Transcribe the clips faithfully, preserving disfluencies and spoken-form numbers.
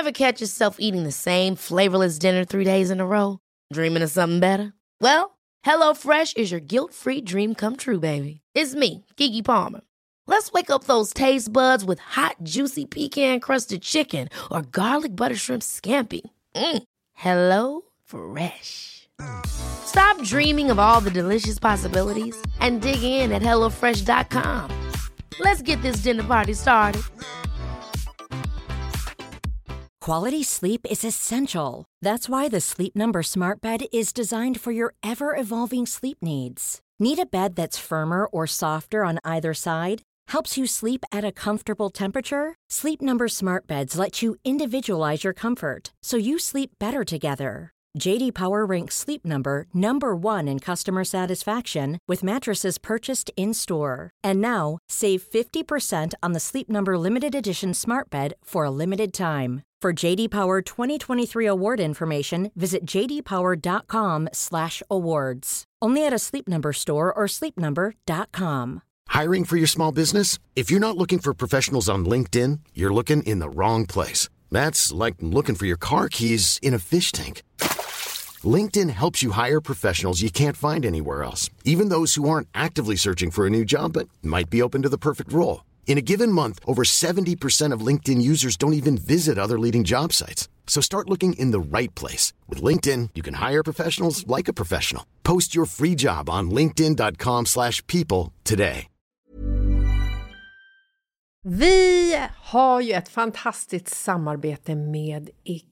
Ever catch yourself eating the same flavorless dinner three days in a row? Dreaming of something better? Well, HelloFresh is your guilt-free dream come true, baby. It's me, Keke Palmer. Let's wake up those taste buds with hot, juicy pecan-crusted chicken or garlic butter shrimp scampi. Mm. Hello Fresh. Stop dreaming of all the delicious possibilities and dig in at hello fresh dot com. Let's get this dinner party started. Quality sleep is essential. That's why the Sleep Number Smart Bed is designed for your ever-evolving sleep needs. Need a bed that's firmer or softer on either side? Helps you sleep at a comfortable temperature? Sleep Number Smart Beds let you individualize your comfort, so you sleep better together. J D Power ranks Sleep Number number one in customer satisfaction with mattresses purchased in-store. And now, save fifty percent on the Sleep Number Limited Edition Smart Bed for a limited time. For J D Power twenty twenty-three award information, visit j d power dot com slash awards. Only at a Sleep Number store or sleep number dot com. Hiring for your small business? If you're not looking for professionals on LinkedIn, you're looking in the wrong place. That's like looking for your car keys in a fish tank. LinkedIn helps you hire professionals you can't find anywhere else, even those who aren't actively searching for a new job but might be open to the perfect role. In a given month, over seventy percent of LinkedIn users don't even visit other leading job sites. So start looking in the right place. With LinkedIn, you can hire professionals like a professional. Post your free job on linkedin dot com slash people today. Vi har ju ett fantastiskt samarbete med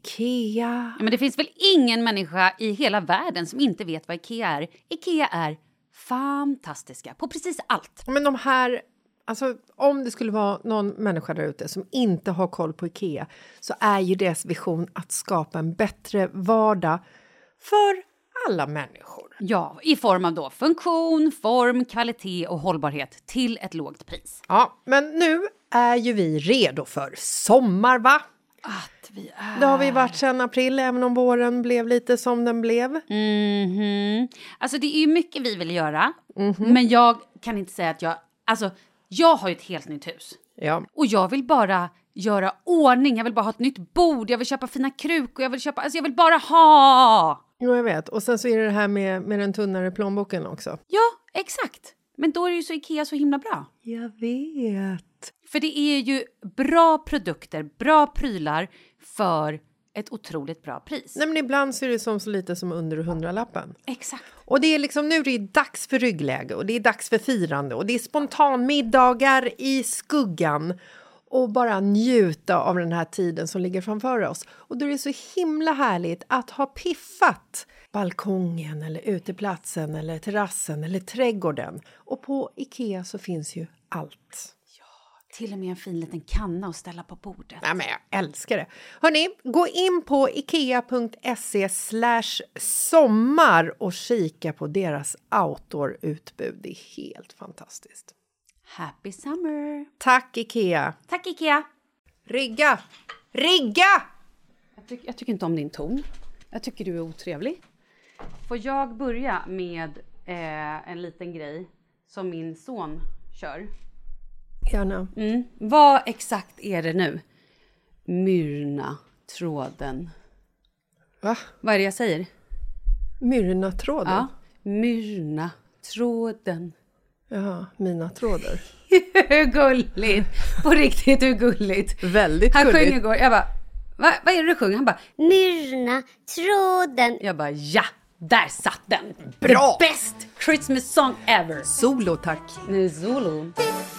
IKEA. Ja, men det finns väl ingen människa i hela världen som inte vet vad IKEA är. IKEA är fantastiska på precis allt. Men de här, alltså om det skulle vara någon människa där ute som inte har koll på IKEA, så är ju deras vision att skapa en bättre vardag för alla människor. Ja, i form av då funktion, form, kvalitet och hållbarhet till ett lågt pris. Ja, men nu är ju vi redo för sommar, va? Att vi är... Det har vi varit sedan april, även om våren blev lite som den blev. Mhm. Alltså det är ju mycket vi vill göra. Mm-hmm. Men jag kan inte säga att jag... Alltså, jag har ju ett helt nytt hus. Ja. Och jag vill bara göra ordning. Jag vill bara ha ett nytt bord. Jag vill köpa fina krukor. Jag vill köpa... Alltså jag vill bara ha... Jo, jag vet. Och sen så är det det här med, med den tunnare plånboken också. Ja, exakt. Men då är ju så IKEA så himla bra. Jag vet. För det är ju bra produkter, bra prylar för ett otroligt bra pris. Nej, men ibland så är det som så lite som under hundralappen. Exakt. Och det är liksom, nu är det dags för ryggläge och det är dags för firande och det är spontanmiddagar i skuggan. Och bara njuta av den här tiden som ligger framför oss. Och då är det så himla härligt att ha piffat balkongen eller uteplatsen eller terrassen eller trädgården. Och på IKEA så finns ju allt. Till och med en fin liten kanna att ställa på bordet. Ja, men jag älskar det. Hörrni, gå in på ikea punkt se slash sommar och kika på deras outdoor-utbud. Det är helt fantastiskt. Happy summer! Tack IKEA! Tack IKEA! Rigga! Rigga! Jag, ty- jag tycker inte om din ton. Jag tycker du är otrevlig. Får jag börja med eh, en liten grej som min son kör? Gärna. Mm. Vad exakt är det nu? Myrna tråden. Va? Vad är det jag säger? Myrna tråden? Ja, myrna tråden. Jaha, mina trådar. Hur gulligt. På riktigt, hur gulligt. Väldigt Han gulligt. sjöng igår. Jag bara, Va, vad är det du sjunger? Han bara, Myrna tråden. jag bara, ja, där satt den. Bra. The best Christmas song ever. Solo, tack. Nu solo.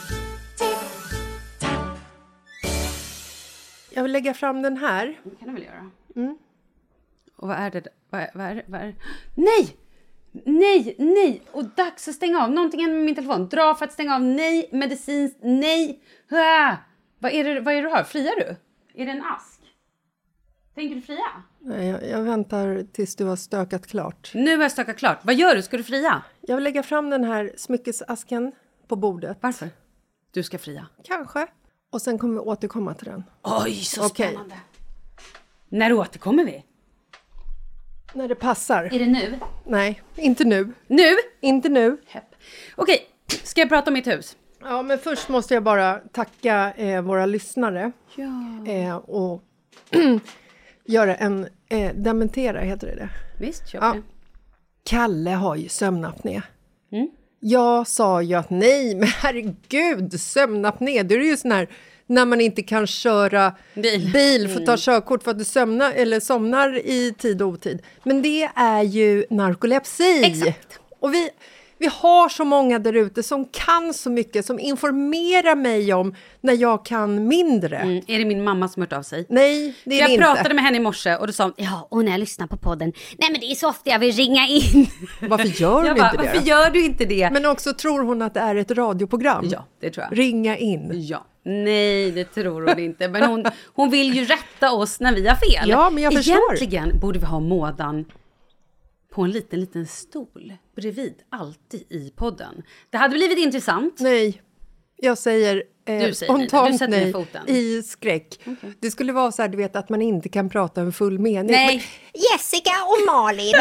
Jag vill lägga fram den här. Det kan du väl göra. Mm. Och vad är det? Vad är, vad är, det? Vad är det? Nej! Nej, nej! Och dags att stänga av. Någonting händer med min telefon. Dra för att stänga av. Nej, medicins. Nej! Ah! Vad är det, vad är det du har? Friar du? Är det en ask? Tänker du fria? Nej, jag, jag väntar tills du har stökat klart. Nu har jag stökat klart. Vad gör du? Ska du fria? Jag vill lägga fram den här smyckesasken på bordet. Varför? Du ska fria. Kanske. Och sen kommer vi återkomma till den. Oj, så Okej. spännande. När återkommer vi? När det passar. Är det nu? Nej, inte nu. Nu? Inte nu. Hepp. Okej, ska jag prata om mitt hus? Ja, men först måste jag bara tacka eh, våra lyssnare. Ja. Eh, och göra en eh, dementera, heter det det? Visst, kör Ja. det. Kalle har ju sömnapné. Mm. Jag sa ju att nej, men herregud, sömnapné, det är ju sån här när man inte kan köra Bil. bil för att ta körkort för att du sömnar, eller somnar i tid och otid. Men det är ju narkolepsi. Exakt. Och vi, vi har så många där ute som kan så mycket, som informerar mig om när jag kan mindre. Mm. Är det min mamma som hört av sig? Nej, det är jag det inte. pratade med henne i morse och då sa hon, Ja, och när jag lyssnar på podden. Nej, men det är så ofta jag vill ringa in. Varför gör hon jag bara, inte det? varför gör du inte det? Men också tror hon att det är ett radioprogram. Ja, det tror jag. Ringa in. Ja, nej det tror hon inte. Men hon, hon vill ju rätta oss när vi har fel. Ja, men jag förstår. Egentligen borde vi ha Mådan på en liten, liten stol bredvid, alltid i podden. Det hade blivit intressant. Nej, jag säger, eh, Du säger nej. Du spontant sätter nej ner foten. i skräck. Okay. Det skulle vara så här, du vet, att man inte kan prata en full mening. Nej. Jessica och Malin.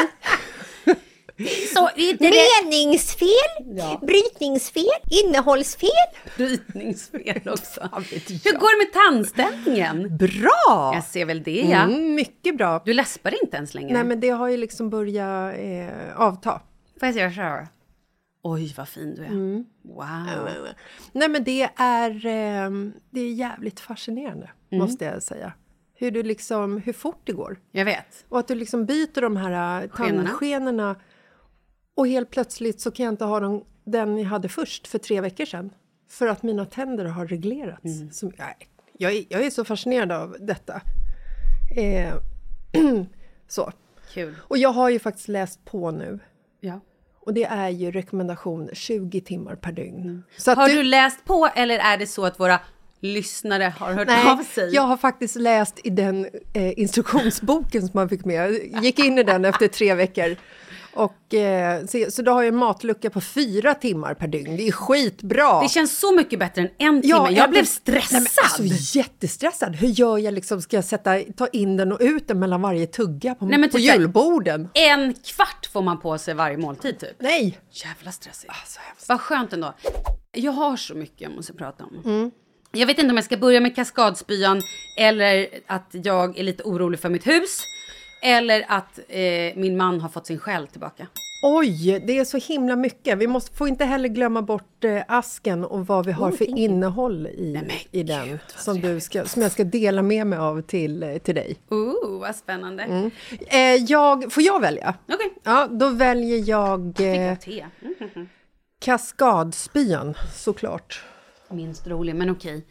Så, är det det? Meningsfel, Ja. brytningsfel, innehållsfel. Brytningsfel också. Hur går det med tandställningen? Bra! Jag ser väl det, ja. Mm, mycket bra. Du läspar inte ens längre. Nej, men det har ju liksom börjat eh, avta. Får jag se vad jag kör? Oj, vad fin du är. Mm. Wow. Nej, men det är, eh, det är jävligt fascinerande, Mm. måste jag säga. Hur du liksom, hur fort det går. Jag vet. Och att du liksom byter de här Skenorna. tandskenorna. Och helt plötsligt så kan jag inte ha dem, den jag hade först för tre veckor sedan. För att mina tänder har reglerats. Mm. Som, jag, jag, är, jag är så fascinerad av detta. Eh, så. Kul. Och jag har ju faktiskt läst på nu. Ja. Och det är ju rekommendation tjugo timmar per dygn. Så att Har du läst på eller är det så att våra lyssnare har hört Nej, av sig? jag har faktiskt läst i den eh, instruktionsboken som man fick med. Jag gick in i den efter tre veckor. Och, eh, så, så då har jag en matlucka på fyra timmar per dygn. Det är skitbra. Det känns så mycket bättre än en timme. Ja, jag det- blev stressad. Nej, men alltså, jättestressad. Hur gör jag liksom? Ska jag sätta, ta in den och ut den mellan varje tugga på, Nej, men på typ så här- julborden? En kvart får man på sig varje måltid typ. Nej. Jävla stressigt. Ah, så hemskt. Vad skönt ändå. Jag har så mycket jag måste prata om. Mm. Jag vet inte om jag ska börja med kaskadspyan eller att jag är lite orolig för mitt hus. Eller att eh, min man har fått sin själ tillbaka. Oj, det är så himla mycket. Vi måste, får inte heller glömma bort eh, asken och vad vi har Oh, för thank innehåll i, Nej, men i den. gud, vad Som, du ska, som jag ska dela med mig av till, eh, till dig. Ooh, vad spännande. Mm. Eh, jag, får jag välja? Okej. Ja, då väljer jag eh, Fick te. Mm. kaskadspyan, såklart. Minst rolig, men okej.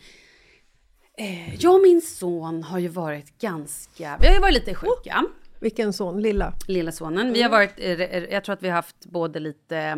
Eh, jag och min son har ju varit ganska... Vi har ju varit lite sjuka. Vilken son? Lilla? Lilla sonen. Vi har varit... eh, Jag tror att vi har haft både lite... eh,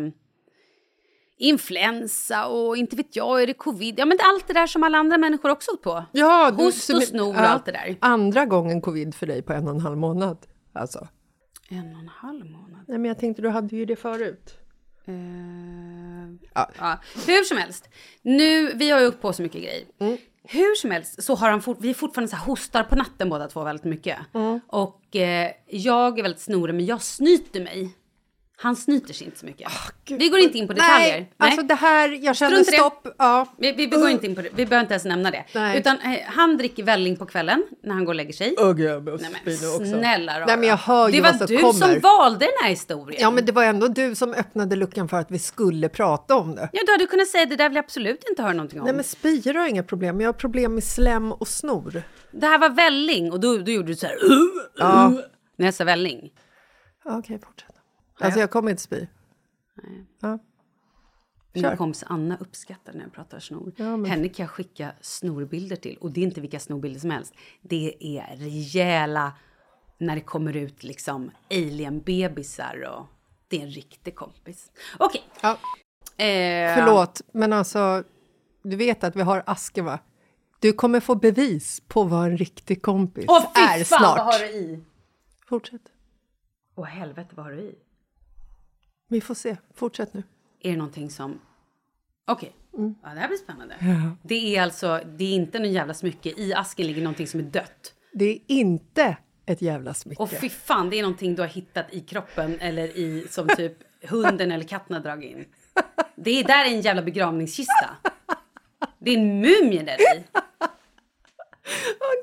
influensa och inte vet jag, är det covid? Ja, men det är allt det där som alla andra människor också åkt på. Ja, du- Host och som- snor och ja, allt det där. Andra gången covid för dig på en och en halv månad. Alltså. En och en halv månad. Nej, men jag tänkte, du hade ju det förut. Eh, Ja. ja. Hur som helst. Nu, vi har ju åkt på så mycket grejer. Mm. Hur som helst så har han fort, vi är fortfarande så här hostar på natten båda två väldigt mycket. Mm. Och eh, jag är väldigt snorig men jag snyter mig. Han snyter sig inte så mycket. Gud. vi går inte in på detaljer. Nej, alltså det här, jag känner Strunt i det. stopp. Ja. Vi, vi, vi går inte in på det. Vi behöver inte ens nämna det. Nej. Utan eh, han dricker välling på kvällen när han går och lägger sig. Åh, gud, jag måste Nej spy nu men också. snälla rara. Nej, men jag hör ju Det var vad som du kommer. som valde den här historien. Ja, men det var ändå du som öppnade luckan för att vi skulle prata om det. Ja, du hade kunnat säga det där vill jag absolut inte höra någonting om. Nej, men spyor har inga problem. Jag har problem med slem och snor. Det här var välling och då, då gjorde du så här. Ja. När jag sa välling. Ja, okej, fortsätt. Alltså, jag kommer inte spy. Ja. Min Kör. kompis Anna uppskattar när jag pratar snor. Ja, men- Henne kan jag skicka snorbilder till. Och det är inte vilka snorbilder som helst. Det är rejäla, när det kommer ut liksom alien-bebisar och det är en riktig kompis. Okej. Ja. Eh, Förlåt, men alltså, du vet att vi har asken, va? Du kommer få bevis på vad en riktig kompis Åh fy är fan, snart. vad har du i? Fortsätt. Åh helvete, vad har du i? Vi får se. Fortsätt nu. Är det någonting som... Okej, Mm. ja, det här blir spännande. Det är alltså, det är inte någon jävla smycke. I asken ligger någonting som är dött. Det är inte ett jävla smycke. Och fy fan, det är någonting du har hittat i kroppen eller i som typ hunden eller katten har dragit in. Det är där är en jävla begravningskista. Det är en mumie där i. Åh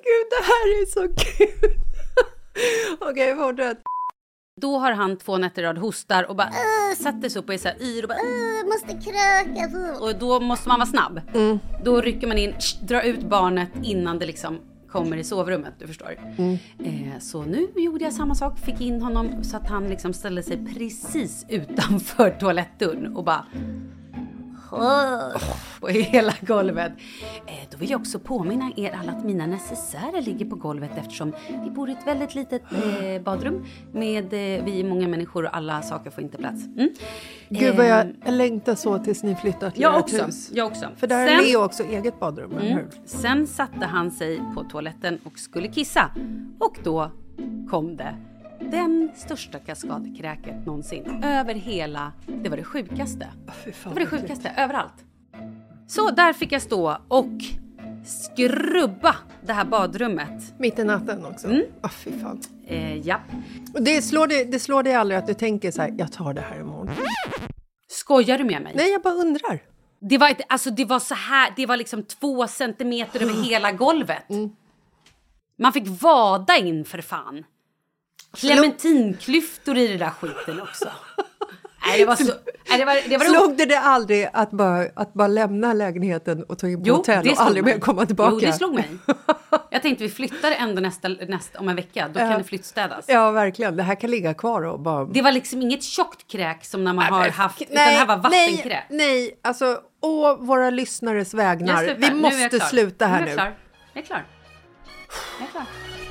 gud, det här är så kul. Okej, fortsätt. Då har han två nätter i rad hostar och bara äh, sätter sig upp och är så här yr och bara äh, måste kröka. Och då måste man vara snabb. Mm. Då rycker man in, sh, drar ut barnet innan det liksom kommer i sovrummet, du förstår. Mm. Eh, så nu gjorde jag samma sak, fick in honom så att han liksom ställde sig precis utanför toalettdörren och bara oh, på hela golvet. Eh, då vill jag också påminna er alla att mina necessärer ligger på golvet eftersom vi bor i ett väldigt litet eh, badrum med eh, vi är många människor och alla saker får inte plats. Mm. Gud vad jag längtar så tills ni flyttar till jag ert också, hus. Jag också. För där Sen, är Leo också eget badrum. Mm, sen satte han sig på toaletten och skulle kissa. Och då kom det den största kaskadkräket någonsin. Över hela, det var det sjukaste. Oh, det var det sjukaste, överallt. Så där fick jag stå och skrubba det här badrummet. Mitt i natten också. Mm. Oh, fy fan. Eh, ja. Det slår, dig, det slår dig aldrig att du tänker så här, jag tar det här imorgon. Skojar du med mig? Nej, jag bara undrar. Det var, ett, alltså, det var så här, det var liksom två centimeter över hela golvet. Mm. Man fick vada in för fan. Clementinklyftor i det där skiten också. Nej, det var så... Nej, det var, det var slog det det aldrig att bara, att bara lämna lägenheten och ta in på jo, hotell och aldrig mer komma tillbaka? Jo, det slog mig. Jag tänkte vi flyttar ändå nästa, nästa, om en vecka. Då kan det flyttstädas. Ja, verkligen. Det här kan ligga kvar och bara... Det var liksom inget tjockt kräk som när man nej, har haft... Nej, utan det här var vattenkräk. Nej, nej. Alltså, å våra lyssnares vägnar. Vi måste sluta här nu. Nu är jag klar. Jag är klar. Jag är klar.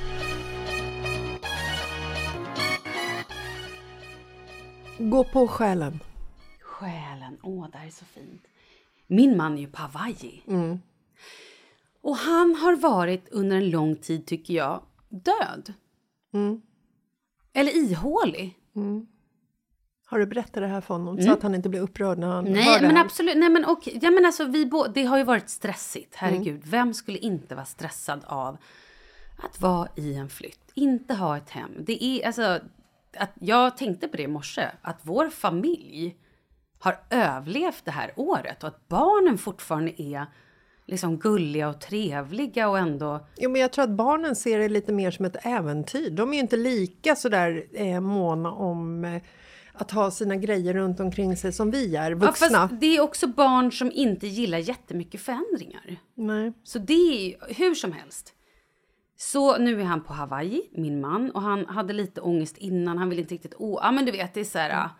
Gå på själen. Själen, åh, det här är så fint. Min man är ju på Hawaii. Mm. Och han har varit under en lång tid, tycker jag, död. Mm. Eller ihålig. Mm. Har du berättat det här för honom? Mm. Så att han inte blir upprörd när han Nej, hör det men här? absolut. Nej, men okej. Ja, men alltså, vi bo- det har ju varit stressigt. Herregud, mm. vem skulle inte vara stressad av att vara i en flytt? Inte ha ett hem. Det är, alltså... Att jag tänkte på det i morse, att vår familj har överlevt det här året och att barnen fortfarande är liksom gulliga och trevliga och ändå... Jo, men jag tror att barnen ser det lite mer som ett äventyr. De är ju inte lika sådär eh, måna om eh, att ha sina grejer runt omkring sig som vi är vuxna. Ja, fast det är också barn som inte gillar jättemycket förändringar. Nej. Så det är hur som helst. Så nu är han på Hawaii, min man. Och han hade lite ångest innan. Han ville inte riktigt... Åh, ja, men du vet, det är så här... Mm.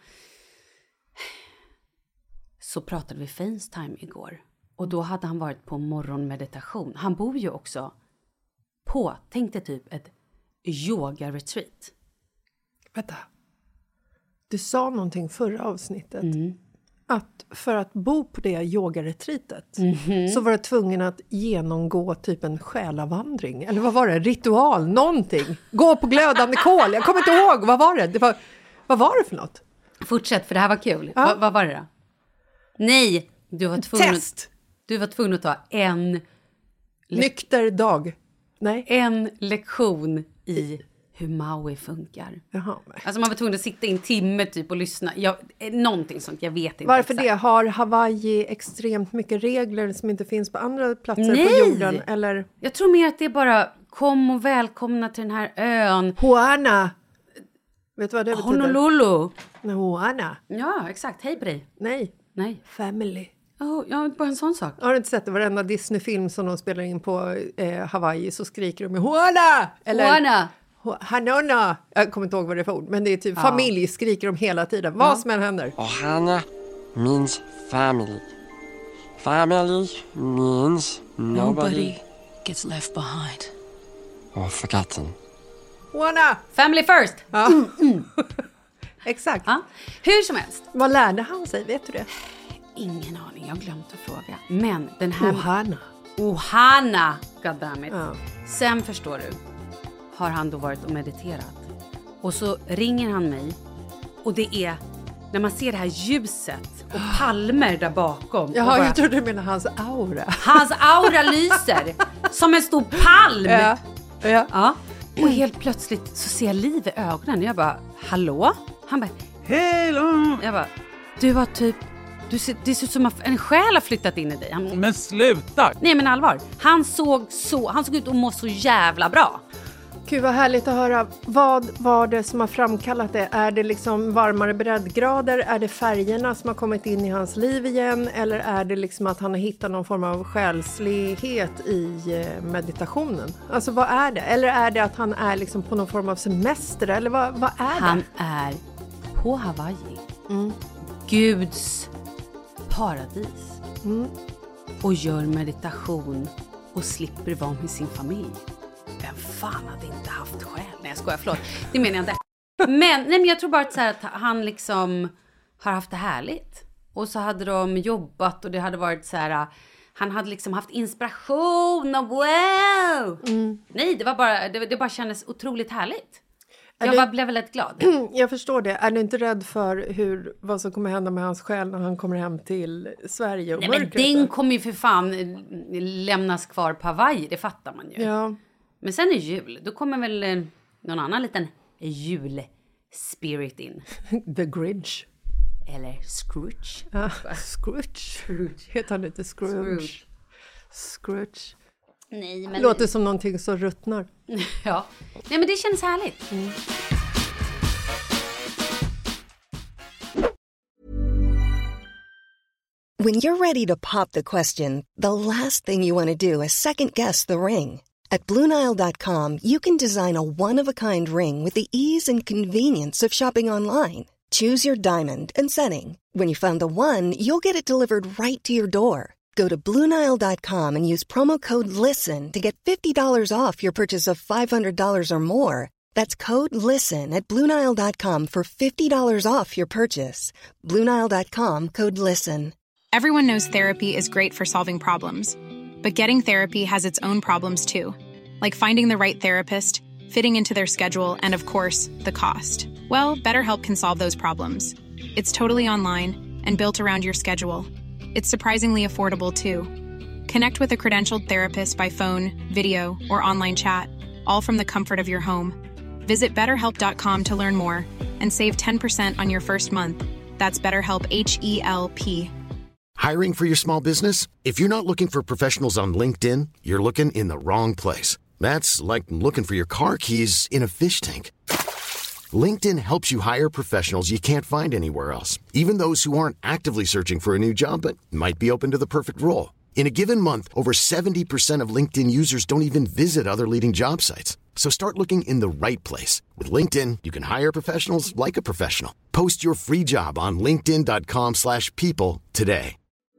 Så pratade vi FaceTime igår. Och då hade han varit på morgonmeditation. Han bor ju också på, tänkte typ, ett yoga-retreat. Vänta. Du sa någonting förra avsnittet. Mm. Att för att bo på det yogaretreatet mm-hmm. så var du tvungen att genomgå typ en själavandring. Eller vad var det? Ritual, någonting. Gå på glödande kol. Jag kommer inte ihåg. Vad var det? det var, vad var det för något? Fortsätt, för det här var kul. Ja. Va, vad var det då? Nej, du var tvungen, Test. Att, du var tvungen att ta en... Le- Nykter dag. Nej. En lektion i... hur Maui funkar. Jaha. Alltså man var tvungen att sitta i en timme typ och lyssna. Jag, någonting sånt, jag vet inte. Varför exakt. det? Har Hawaii extremt mycket regler som inte finns på andra platser Nej. på jorden? Eller? Jag tror mer att det är bara kom och välkomna till den här ön. Hoana. Vet du vad det betyder? Honolulu. Hoana. Ja, exakt. Hej på dig. Nej. Nej. Family. Oh, ja, bara en sån sak. Har du inte sett det? Varenda Disney-film som de spelar in på eh, Hawaii så skriker de Hoana! Eller... Hoana. Hanona, jag kommer inte ihåg vad det är för ord, men det är typ ja. familj skriker de hela tiden, vad ja. som än händer. Ohana means family. Family means nobody, nobody gets left behind. Or forgotten. Ohana! Family first! Ja. Mm, mm. Exakt. Ja. Hur som helst. Vad lärde han sig, vet du det? Ingen aning, jag har glömt att fråga. Men den här... Ohana. Ohana, goddammit. Ja. Sen förstår du. Har han då varit och mediterat. Och så ringer han mig. Och det är när man ser det här ljuset och palmer där bakom. Jaha, bara, jag trodde du menade hans aura. Hans aura lyser som en stor palm. Ja. Ja. Ja. Och helt plötsligt så ser jag liv i ögonen. Jag bara, hallå? Han bara, hello. Jag bara, du har typ Du ser, det ser ut som att en själ har flyttat in i dig. Han... Men sluta! Nej men allvar. Han såg, så, han såg ut att må så jävla bra. Gud vad härligt att höra. Vad var det som har framkallat det? Är det liksom varmare breddgrader? Är det färgerna som har kommit in i hans liv igen? Eller är det liksom att han har hittat någon form av själslighet i meditationen? Alltså vad är det? Eller är det att han är liksom på någon form av semester? Eller vad, vad är det? Han är på Hawaii. Mm. Guds paradis. Mm. Och gör meditation och slipper vara med sin familj. Vem fan hade inte haft själ? Nej, jag skojar, förlåt. Det menar jag inte. Men, nej, men jag tror bara att, så här, att han liksom har haft det härligt. Och så hade de jobbat och det hade varit så här... Han hade liksom haft inspiration och wow! Mm. Nej, det var bara, det, det bara kändes otroligt härligt. Är jag du, bara blev väldigt glad. Jag förstår det. Är du inte rädd för hur, vad som kommer hända med hans själ när han kommer hem till Sverige? Och nej, men den kommer ju för fan lämnas kvar på Hawaii. Det fattar man ju. Ja. Men sen är jul. Då kommer väl eh, någon annan liten julspirit in. The Grinch. Eller Scrooge. Ja, Scrooge. Scrooge. Heter han inte Scrooge? Scrooge. Scrooge. Nej, men... Låter som någonting som ruttnar. Ja. Nej, men det känns härligt. Mm. When you're ready to pop the question, the last thing you want to do is second guess the ring. At Blue Nile dot com, you can design a one-of-a-kind ring with the ease and convenience of shopping online. Choose your diamond and setting. When you find the one, you'll get it delivered right to your door. Go to Blue Nile dot com and use promo code LISTEN to get fifty dollars off your purchase of five hundred dollars or more. That's code LISTEN at Blue Nile dot com for fifty dollars off your purchase. Blue Nile dot com, code LISTEN. Everyone knows therapy is great for solving problems. But getting therapy has its own problems too. Like finding the right therapist, fitting into their schedule, and of course, the cost. Well, BetterHelp can solve those problems. It's totally online and built around your schedule. It's surprisingly affordable too. Connect with a credentialed therapist by phone, video, or online chat, all from the comfort of your home. Visit better help dot com to learn more and save ten percent on your first month. That's BetterHelp, H E L P. Hiring for your small business? If you're not looking for professionals on LinkedIn, you're looking in the wrong place. That's like looking for your car keys in a fish tank. LinkedIn helps you hire professionals you can't find anywhere else, even those who aren't actively searching for a new job but might be open to the perfect role. In a given month, over seventy percent of LinkedIn users don't even visit other leading job sites. So start looking in the right place. With LinkedIn, you can hire professionals like a professional. Post your free job on linkedin dot com slash people today.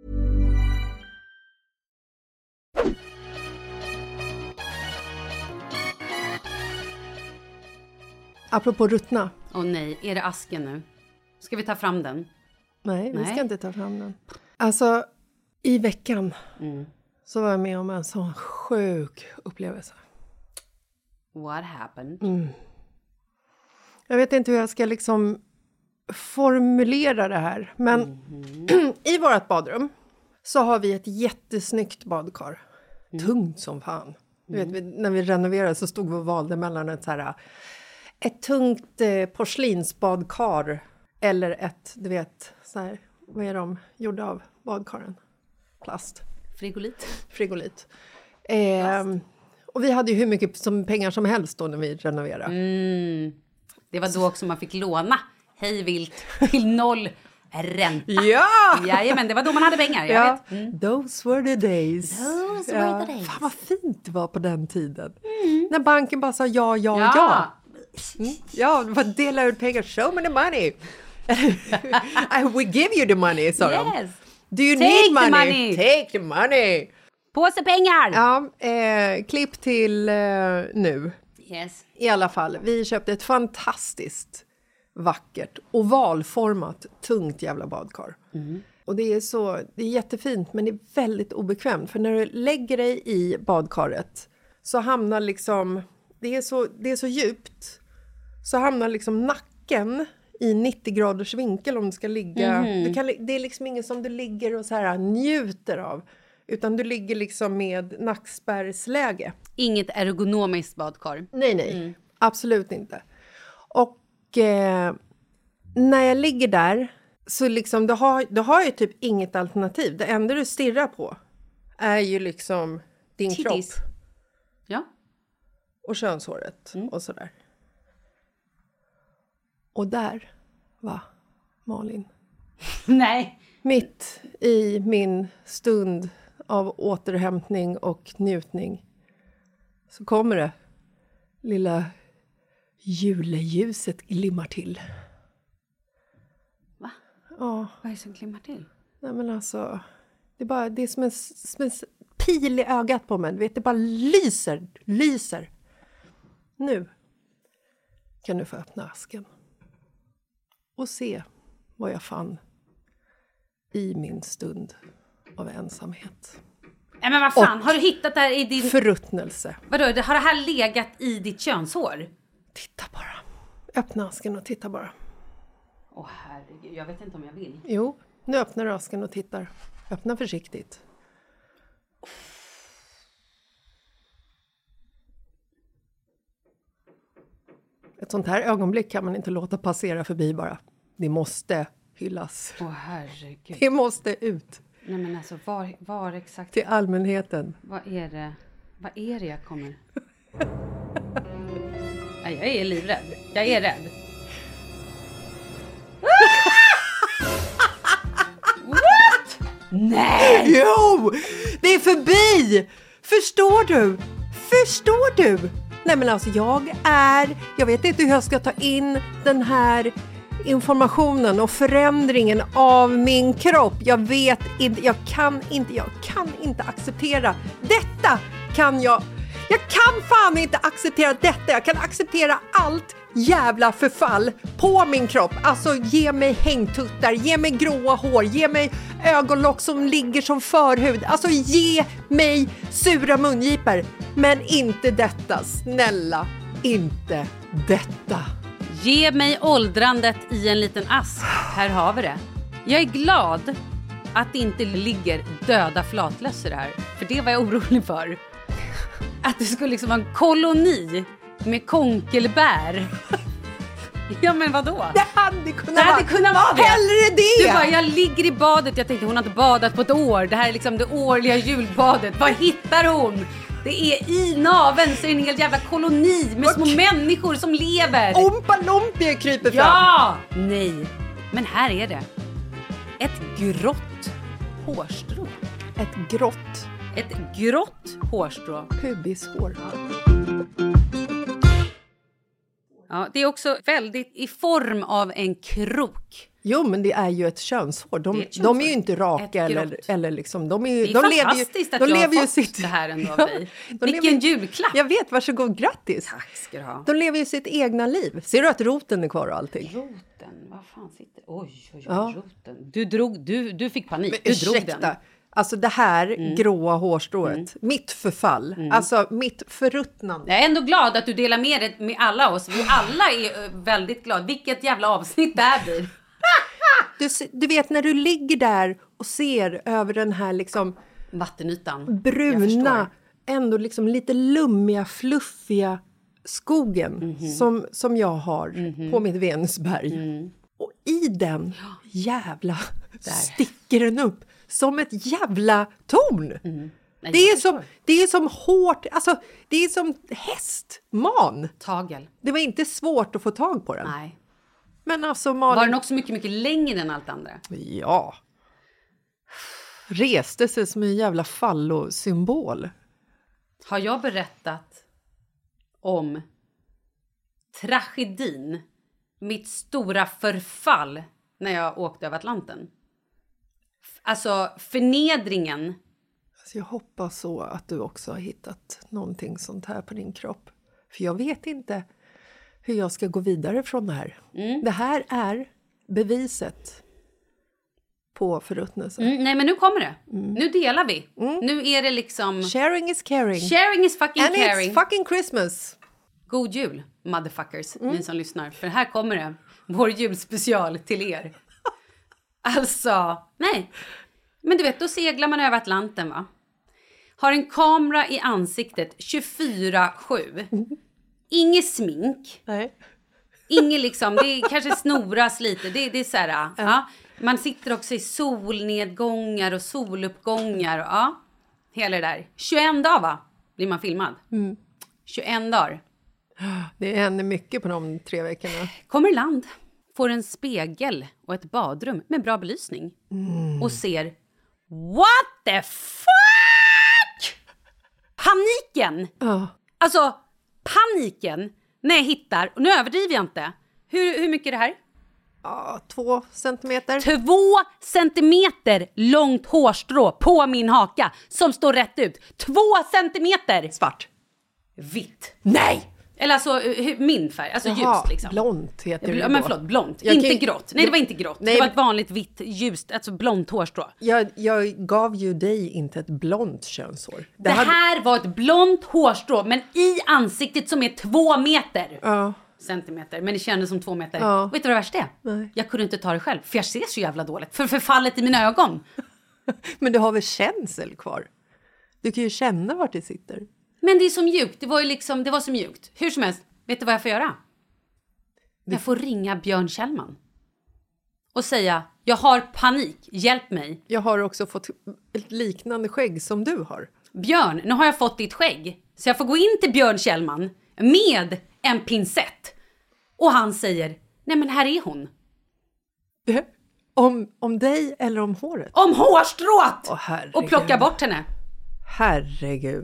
Apropå ruttna. Åh oh, nej, är det asken nu? Ska vi ta fram den? Nej, nej, vi ska inte ta fram den. Alltså, i veckan mm. så var jag med om en sån sjuk upplevelse. What happened? Mm. Jag vet inte hur jag ska liksom formulera det här. Men mm-hmm. i vårt badrum så har vi ett jättesnyggt badkar. Mm. Tungt som fan. Du vet, vi, när vi renoverade så stod vi och valde mellan ett så här... Ett tungt eh, porslinsbadkar eller ett, du vet, så här, vad är de gjorda av badkaren? Plast. Frigolit. Frigolit. Eh, och vi hade ju hur mycket som pengar som helst då när vi renoverade. Mm. Det var då också man fick låna hej vilt till noll ränta. Ja! Jajamän, det var då man hade pengar, jag ja. vet. Mm. Those were the days. Those ja. were the days. Fan vad fint det var på den tiden. Mm. När banken bara sa ja, ja, ja. ja. Mm. Ja, det var dela ut pengar. Show me the money. We give you the money, sa yes. de. Do you Take need money? money? Take the money. Påse pengar. Ja, eh, klipp till eh, nu. Yes. I alla fall, vi köpte ett fantastiskt vackert, ovalformat, tungt jävla badkar. Mm. Och det är så, det är jättefint, men det är väldigt obekvämt. För när du lägger dig i badkaret så hamnar liksom, det är så, det är så djupt, så hamnar liksom nacken i nittio graders vinkel om du ska ligga. Mm. Du kan, det är liksom ingen som du ligger och så här njuter av. Utan du ligger liksom med nackspärrsläge. Inget ergonomiskt badkar. Nej, nej. Mm. Absolut inte. Och eh, när jag ligger där Så liksom, du har, du har ju typ inget alternativ. Det enda du stirrar på är ju liksom din Tittis. kropp. Ja. Och könshåret mm. och sådär. Och där var Malin. Nej. Mitt i min stund av återhämtning och njutning så kommer det lilla juleljuset glimmar till. Va? Ja. Vad är det som glimmar till? Nej men alltså, det är bara det är som en, som en pil i ögat på mig. Du vet, det bara lyser, lyser. Nu kan du få öppna asken och se vad jag fann i min stund av ensamhet. Nej men vad fan, och har du hittat det här i din... förruttnelse. Vadå, har det här legat i ditt könshår? Titta bara. Öppna asken och titta bara. Åh herregud, jag vet inte om jag vill. Jo, nu öppnar du asken och tittar. Öppna försiktigt. Ett sånt här ögonblick kan man inte låta passera förbi bara. Det måste hyllas. Åh herregud. Det måste ut. Nej men alltså, var, var exakt... Till allmänheten. Vad är det? Vad är det jag kommer... Nej, jag är livrädd. Jag är rädd. What? Nej! Jo! Det är förbi! Förstår du? Förstår du? Nej men alltså jag är... Jag vet inte hur jag ska ta in den här informationen och förändringen av min kropp. Jag vet inte, jag kan inte, jag kan inte acceptera. Detta kan jag... Jag kan fan inte acceptera detta. Jag kan acceptera allt jävla förfall på min kropp. Alltså ge mig hängtuttar, ge mig gråa hår, ge mig ögonlock som ligger som förhud. Alltså ge mig sura mungipor. Men inte detta, snälla, inte detta. Ge mig åldrandet i en liten ask. Här har vi det. Jag är glad att det inte ligger döda flatlössor här. För det var jag orolig för. Att det skulle liksom vara en koloni med konkelbär. Ja men vadå? Det hade kunnat, det hade kunnat vara det. Hellre det. Du bara, jag ligger i badet. Jag tänkte hon har inte badat på ett år. Det här är liksom det årliga julbadet. Vad hittar hon? Det är i naveln så är det en hel jävla koloni med små människor som lever. Ompa Lompi kryper fram. Ja! Nej. Men här är det. Ett grått hårstrå. Ett grått. Ett grått hårstrå. Pubishår. Ja, det är också väldigt i form av en krok. Jo, men det är ju ett könshår. De, är, ett könshår. de är ju inte raka eller, eller liksom... De är, ju, det är de fantastiskt lever ju, att de jag lever har ju fått sitt, det här ändå av dig. De Vilken lever, julklapp. Jag vet, varsågod, grattis. Tack ska du ha. De lever ju sitt egna liv. Ser du att roten är kvar och allting? Roten, vad fan sitter... Oj, oj, oj, ja. roten. Du, drog, du, du fick panik, men, du ursäkta. drog den. Alltså det här mm. gråa hårstrået, mm. mitt förfall, mm. alltså mitt förruttnande. Jag är ändå glad att du delar med dig med alla oss. Vi alla är väldigt glada. Vilket jävla avsnitt det här blir. Du, du vet när du ligger där och ser över den här liksom vattenytan. Bruna, ändå liksom lite lummiga, fluffiga skogen mm-hmm. som, som jag har mm-hmm. på mitt Venusberg. Mm. Och i den jävla där. Sticker den upp. Som ett jävla torn. Mm. Nej, det, är som, det är som hårt, alltså det är som hästman. Tagel. Det var inte svårt att få tag på den. Nej. Men alltså Malin... Var den också mycket, mycket längre än allt andra? Ja. Reste sig som en jävla fallosymbol. Har jag berättat om tragedin, mitt stora förfall när jag åkte över Atlanten? Alltså förnedringen. Alltså jag hoppas så att du också har hittat någonting sånt här på din kropp. För jag vet inte hur jag ska gå vidare från det här. Mm. Det här är beviset på förruttnelse. Mm, nej men nu kommer det. Mm. Nu delar vi. Mm. Nu är det liksom... Sharing is caring. Sharing is fucking And caring. And it's fucking Christmas. God jul, motherfuckers, mm. ni som lyssnar. För här kommer det. Vår julspecial till er. Alltså, nej. Men du vet, då seglar man över Atlanten va? Har en kamera i ansiktet tjugofyra sju. Mm. Inget smink. Nej. Ingen liksom, det är, kanske snoras lite. Det, det är så här, ja. ja. Man sitter också i solnedgångar och soluppgångar. Och, ja, hela det där. tjugoen dagar va? Blir man filmad. Mm. tjugoen dagar. Det händer mycket på de tre veckorna. Kommer i land. Får en spegel och ett badrum med bra belysning. Mm. Och ser, what the fuck? Paniken. Oh. Alltså, paniken när jag hittar, och nu överdriver jag inte. Hur, hur mycket är det här? Ja, två centimeter. Två centimeter långt hårstrå på min haka som står rätt ut. Två centimeter. Svart. Vitt. Nej! Eller alltså min färg, alltså Jaha, ljust liksom. Blont heter det. Ja, men förlåt, blont. Jag inte kan... grått. Nej, det var inte grått. Nej. Det var ett vanligt vitt, ljust, alltså blont hårstrå. Jag, jag gav ju dig inte ett blont könshår. Det, det hade... här var ett blont hårstrå, men i ansiktet som är två meter. Ja. Centimeter, men det kändes som två meter. Ja. Vet du vad det värsta är? Nej. Jag kunde inte ta det själv, för jag ser så jävla dåligt. För förfallet i mina ögon. Men du har väl känsel kvar? Du kan ju känna vart det sitter. Men det är så mjukt, det var ju liksom, det var så mjukt. Hur som helst, vet du vad jag får göra? Jag får ringa Björn Kjellman. Och säga, jag har panik, hjälp mig. Jag har också fått ett liknande skägg som du har. Björn, nu har jag fått ditt skägg. Så jag får gå in till Björn Kjellman med en pincett. Och han säger, nej men här är hon. Om, om dig eller om håret? Om hårstrået! Åh, och plocka bort henne. Herregud.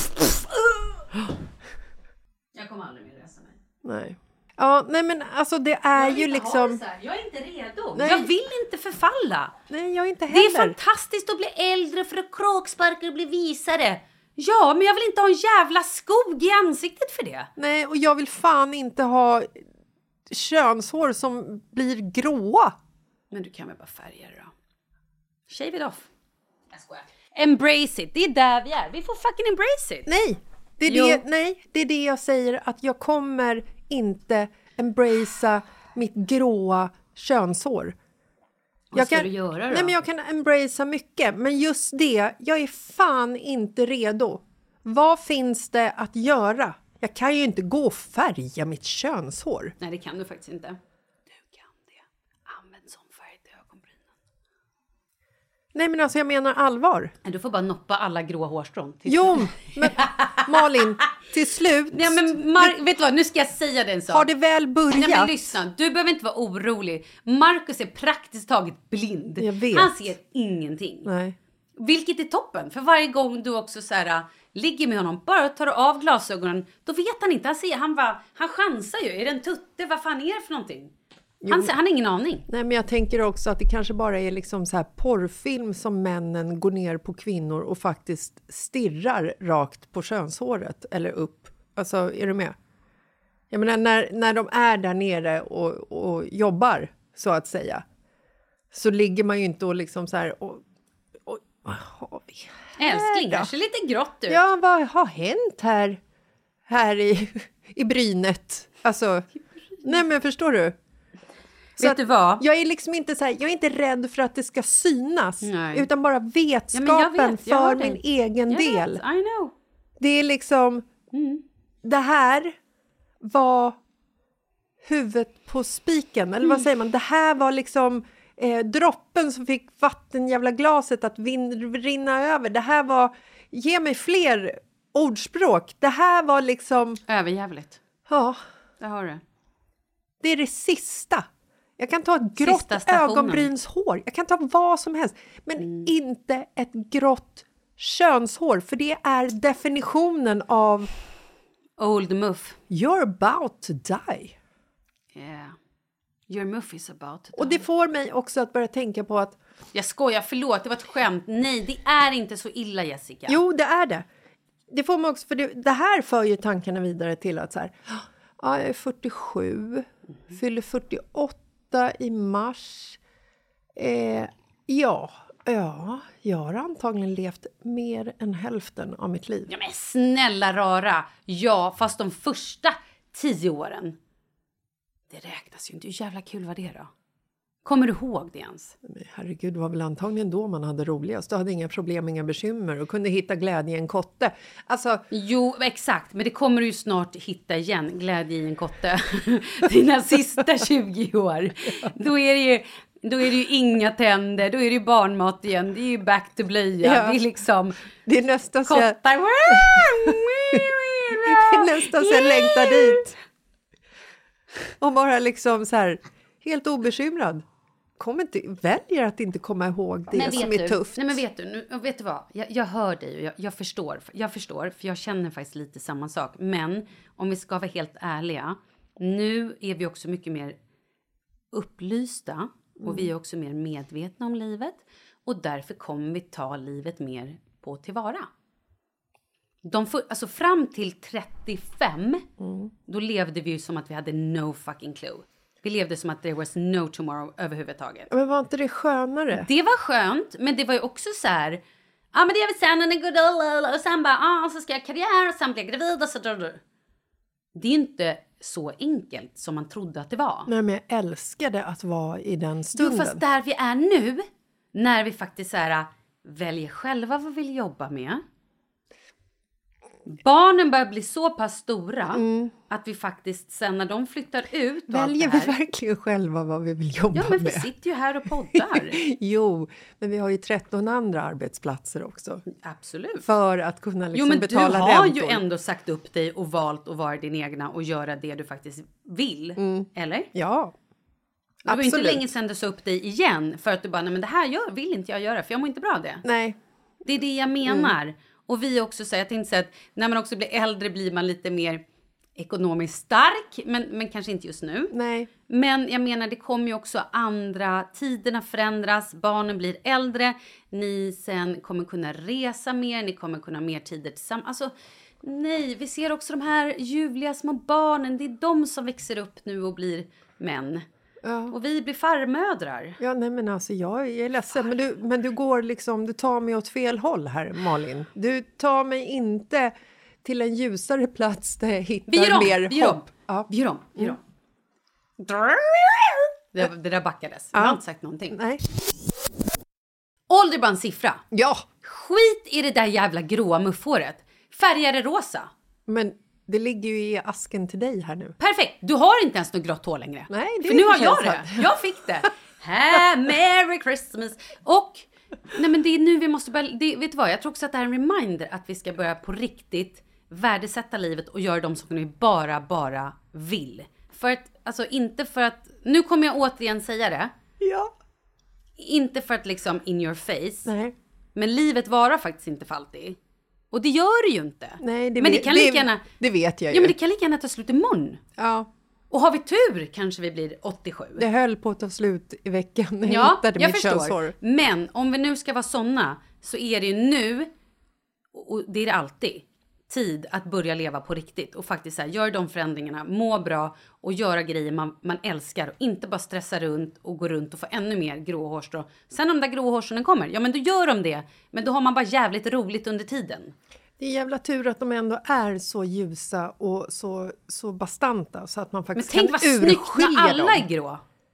Jag kommer aldrig mer resa mig. Nej. Ja, nej men alltså det är ju liksom... Jag är inte redo. Nej. Jag vill inte förfalla. Nej, jag är inte heller. Det är fantastiskt att bli äldre för att kråksparka och bli visare. Ja, men jag vill inte ha en jävla skog i ansiktet för det. Nej, och jag vill fan inte ha könshår som blir gråa. Men du kan väl bara färga det då. Shave it off. Jag skojar. Embrace it. Det är där vi är. Vi får fucking embrace it. Nej, det är, det, nej, det är det jag säger. Att jag kommer inte embracea mitt gråa könshår. Vad jag ska kan, du göra då? Nej, men jag kan embracea mycket. Men just det, jag är fan inte redo. Vad finns det att göra? Jag kan ju inte gå och färga mitt könshår. Nej, det kan du faktiskt inte. Du kan det. Använd som färg till ögonbrynen. Nej, men alltså jag menar allvar. Du får bara noppa alla grå hårstrån. Jo, men Malin, till slut... Nej, men Mar- vet du vad, nu ska jag säga den sak. Har det väl börjat? Nej, men lyssna, du behöver inte vara orolig. Marcus är praktiskt taget blind. Jag vet. Han ser ingenting. Nej. Vilket är toppen. För varje gång du också så här, ligger med honom, bara tar du av glasögonen, då vet han inte. Han ser, han bara, han chansar ju. Är det en tutte? Vad fan är det för någonting? Han, han har ingen aning. Nej, men jag tänker också att det kanske bara är liksom så här porrfilm som männen går ner på kvinnor och faktiskt stirrar rakt på könshåret eller upp. Alltså, är du med? Jag menar, när, när de är där nere och, och jobbar, så att säga, så ligger man ju inte och liksom så här... Och, och, vad har vi här Älskling, då? kanske lite grått ut. Ja, vad har hänt här, här i, i brynet? Alltså, nej men förstår du? Så vet du vad? Jag är liksom inte så här, jag är inte rädd för att det ska synas. Nej. Utan bara vetskapen ja, jag vet, jag för det. min egen jag del. Vet, I know. Det är liksom, mm. det här var huvudet på spiken. Eller mm. vad säger man? Det här var liksom eh, droppen som fick vatten jävla glaset att vin- rinna över. Det här var, ge mig fler ordspråk. Det här var liksom... Överjävligt. Ja. Det har du. Det är det sista. Jag kan ta ett grått ögonbrynshår. Jag kan ta vad som helst. Men mm. inte ett grått könshår. För det är definitionen av... Old muff. You're about to die. Yeah. Your muff is about to die. Och det får mig också att börja tänka på att... Jag skojar, förlåt. Det var ett skämt. Nej, det är inte så illa, Jessica. Jo, det är det. Det får mig också... För det, det här för ju tankarna vidare till att så här... Ja, jag är fyrtiosju. Mm. Fyller fyrtioåtta i mars. Eh, ja, ja, jag har antagligen levt mer än hälften av mitt liv. Ja, men snälla rara. Ja, fast de första tio åren. Det räknas ju inte. Hur jävla kul var det då? Kommer du ihåg det ens? Men herregud, det var väl antagligen då man hade roligast. Du hade inga problem, inga bekymmer och kunde hitta glädje i en kotte. Alltså... Jo, exakt. Men det kommer du ju snart hitta igen. Glädje i en kotte. Dina sista tjugo år. Ja. Då är det ju... Då är det ju inga tänder, då är det ju barnmat igen, det är ju back to blöja, ja. Det är liksom... Det är nästan så jag... Kottar. Det är nästan så jag längtar dit. Och bara liksom så här, helt obekymrad. Kom inte, väljer att inte komma ihåg det som är du, tufft. Nej men vet du, nu, vet du vad, jag, jag hör dig och jag, jag förstår, jag förstår, för jag känner faktiskt lite samma sak. Men om vi ska vara helt ärliga, nu är vi också mycket mer upplysta. Och vi är också mer medvetna om livet. Och därför kommer vi ta livet mer på tillvara. De för, alltså fram till trettiofem. Mm. Då levde vi ju som att vi hade no fucking clue. Vi levde som att there was no tomorrow överhuvudtaget. Men var inte det skönare? Det var skönt. Men det var ju också så här. Ja ah, men det är väl sen en good. Och sen bara. Ja ah, så ska jag karriär. Och sen blir jag gravid. Och så det är inte så enkelt som man trodde att det var. Nej, men jag älskade att vara i den stunden. Jo, fast där vi är nu, när vi faktiskt så här, väljer själva vad vi vill jobba med. Barnen börjar bli så pass stora mm. att vi faktiskt sen när de flyttar ut. Väljer vi verkligen själva vad vi vill jobba med? Ja, men vi med. Sitter ju här och poddar. Jo, men vi har ju tretton andra arbetsplatser också. Absolut. För att kunna liksom jo, men betala du har räntor. Ju ändå sagt upp dig och valt att vara din egna och göra det du faktiskt vill. Mm. Eller? Ja. Det var inte länge sedan du sa upp dig igen för att du bara, nej men det här gör, vill inte jag göra för jag mår inte bra av det. Nej. Det är det jag menar. Mm. Och vi också säger, jag tänkte säga att när man också blir äldre blir man lite mer ekonomiskt stark. Men, men kanske inte just nu. Nej. Men jag menar, det kommer ju också andra, tiderna förändras, barnen blir äldre. Ni sen kommer kunna resa mer, ni kommer kunna ha mer tider tillsammans. Alltså, nej, vi ser också de här ljuvliga små barnen. Det är de som växer upp nu och blir män. Ja. Och vi blir farmödrar. Ja, nej men alltså jag är ledsen. Men du, men du går liksom, du tar mig åt fel håll här, Malin. Du tar mig inte till en ljusare plats där jag hittar vi gör om, mer vi gör hopp. Om. Ja. Vi gör om, vi gör om. Mm. Det, det där backades. Ja. Jag har inte sagt någonting. Nej. Ålder bara en siffra. Ja. Skit i det där jävla gråa muffhåret. Färgar det rosa. Men... det ligger ju i asken till dig här nu. Perfekt. Du har inte ens något grått hår längre. Nej, det för är nu har jag sant. det. Jag fick det. Ha, Merry Christmas. Och nej men det är nu vi måste börja, det, vet du vad? Jag tror också att det här är en reminder att vi ska börja på riktigt värdesätta livet och göra de saker vi bara, bara vill. För att, alltså inte för att, nu kommer jag återigen säga det. Ja. Inte för att liksom in your face. Nej. Men livet varar faktiskt inte för alltid. Och det gör det ju inte. Nej, det, men det kan det, lika gärna, det vet jag ju. Ja, men det kan lika gärna ta slut imorgon. Ja. Och har vi tur kanske vi blir åttiosju. Det höll på att ta slut i veckan när jag ja, hittade jag mitt förstår. Könshår. Men om vi nu ska vara såna så är det ju nu, och det är det alltid, tid att börja leva på riktigt. Och faktiskt så här, gör de förändringarna, må bra och göra grejer man, man älskar. Och inte bara stressa runt och gå runt och få ännu mer grå hårstrå. Sen om de där grå hårstrån kommer, ja men då gör de det. Men då har man bara jävligt roligt under tiden. Det är jävla tur att de ändå är så ljusa och så, så bastanta så att man faktiskt kan urskilja dem. Men tänk vad snyggt när alla är grå.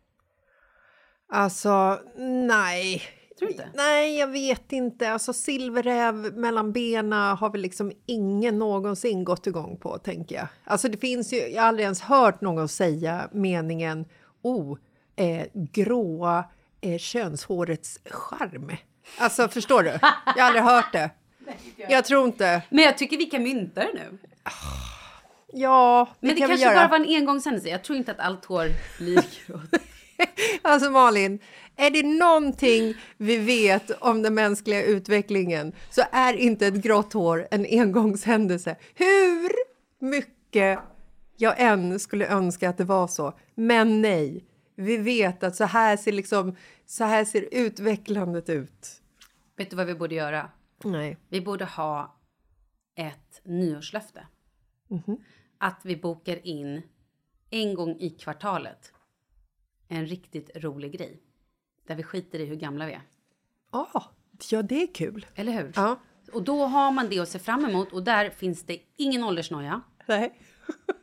Alltså, nej. Tror du inte? Nej, jag vet inte. Alltså silverräv mellan bena har väl liksom ingen någonsin gått igång på, tänker jag. Alltså det finns ju, jag har aldrig ens hört någon säga meningen, oh, eh, gråa eh, könshårets charm. Alltså, förstår du? Jag har aldrig hört det. Jag. jag tror inte. Men jag tycker vi kan mynta det nu. Ja, det men det kan kanske vi göra. bara var en engångshändelse. Jag tror inte att allt hår blir grått. Alltså Malin, är det någonting vi vet om den mänskliga utvecklingen så är inte ett grått hår en engångshändelse. Hur mycket jag än skulle önska att det var så. Men nej, vi vet att så här ser, liksom, så här ser utvecklandet ut. Vet du vad vi borde göra? Nej. Vi borde ha ett nyårslöfte. Mm-hmm. Att vi bokar in en gång i kvartalet en riktigt rolig grej. Där vi skiter i hur gamla vi är. Ah, ja, det är kul. Eller hur? Ja. Och då har man det att se fram emot. Och där finns det ingen åldersnoja. Nej.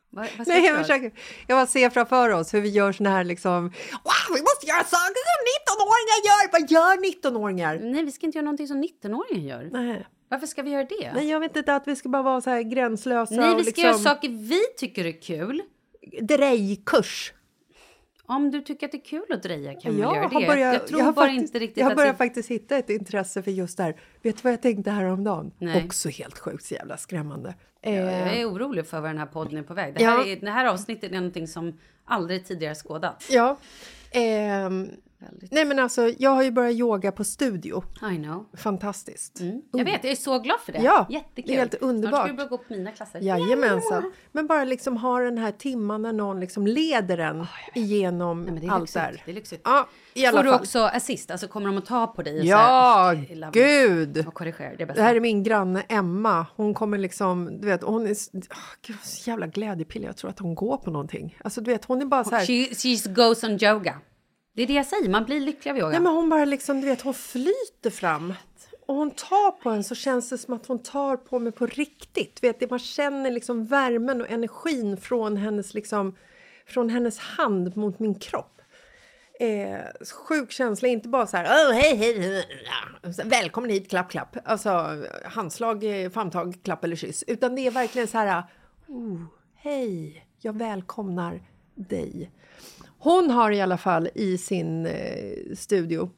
Vad, vad Nej, jag försöker. Jag bara ser framför oss hur vi gör såna här liksom... Wow, vi måste göra saker som nittonåringar gör! Vad gör nittonåringar? Nej, vi ska inte göra någonting som nittonåringar gör. Nej. Varför ska vi göra det? Nej, jag vet inte att vi ska bara vara så här gränslösa. Nej, vi och ska liksom... göra saker vi tycker är kul. Drejkurs. Om du tycker att det är kul att dreja kan vi jag göra det. Har börjat, jag tror jag har bara faktiskt, inte riktigt jag har att börjat det... faktiskt hitta ett intresse för just det här. Vet du vad jag tänkte häromdagen? Nej. Också helt sjukt, så jävla skrämmande. Ja, jag är orolig för vad den här podden är på väg. Det här, Ja. är, det här avsnittet är någonting som aldrig tidigare skådat. Ja. Ehm, nej men alltså, jag har ju börjat yoga på studio. I know. Fantastiskt. Mm. Jag vet, jag är så glad för det. Ja, jättekul. det är helt underbart. Snart ska du börja gå på mina klasser. Jajamensan. Men bara liksom ha den här timman när någon liksom leder den oh, igenom nej, men det är allt lyxigt. där. Det är lyxigt. Ja, i alla Får fall. du också assist? Alltså kommer de att ta på dig? Och ja, så här, oh, gud. Och korrigera, det är bäst. Det här är min granne Emma. Hon kommer liksom, du vet, hon är oh, gud, så jävla glädjepillig. Jag tror att hon går på någonting. Alltså du vet, hon är bara så här. She, she goes on yoga. Det är det jag säger, man blir lycklig av yoga. Nej, men hon bara liksom, du vet, hon flyter fram. Och hon tar på en så känns det som att hon tar på mig på riktigt. Vet du, man känner liksom värmen och energin från hennes, liksom, från hennes hand mot min kropp. Eh, sjuk känsla, inte bara så här, oh, hej, hej, välkommen hit, klapp, klapp. Alltså handslag, famntag, klapp eller kyss. Utan det är verkligen så här, oh, hej, jag välkomnar dig. Hon har i alla fall i sin eh, studio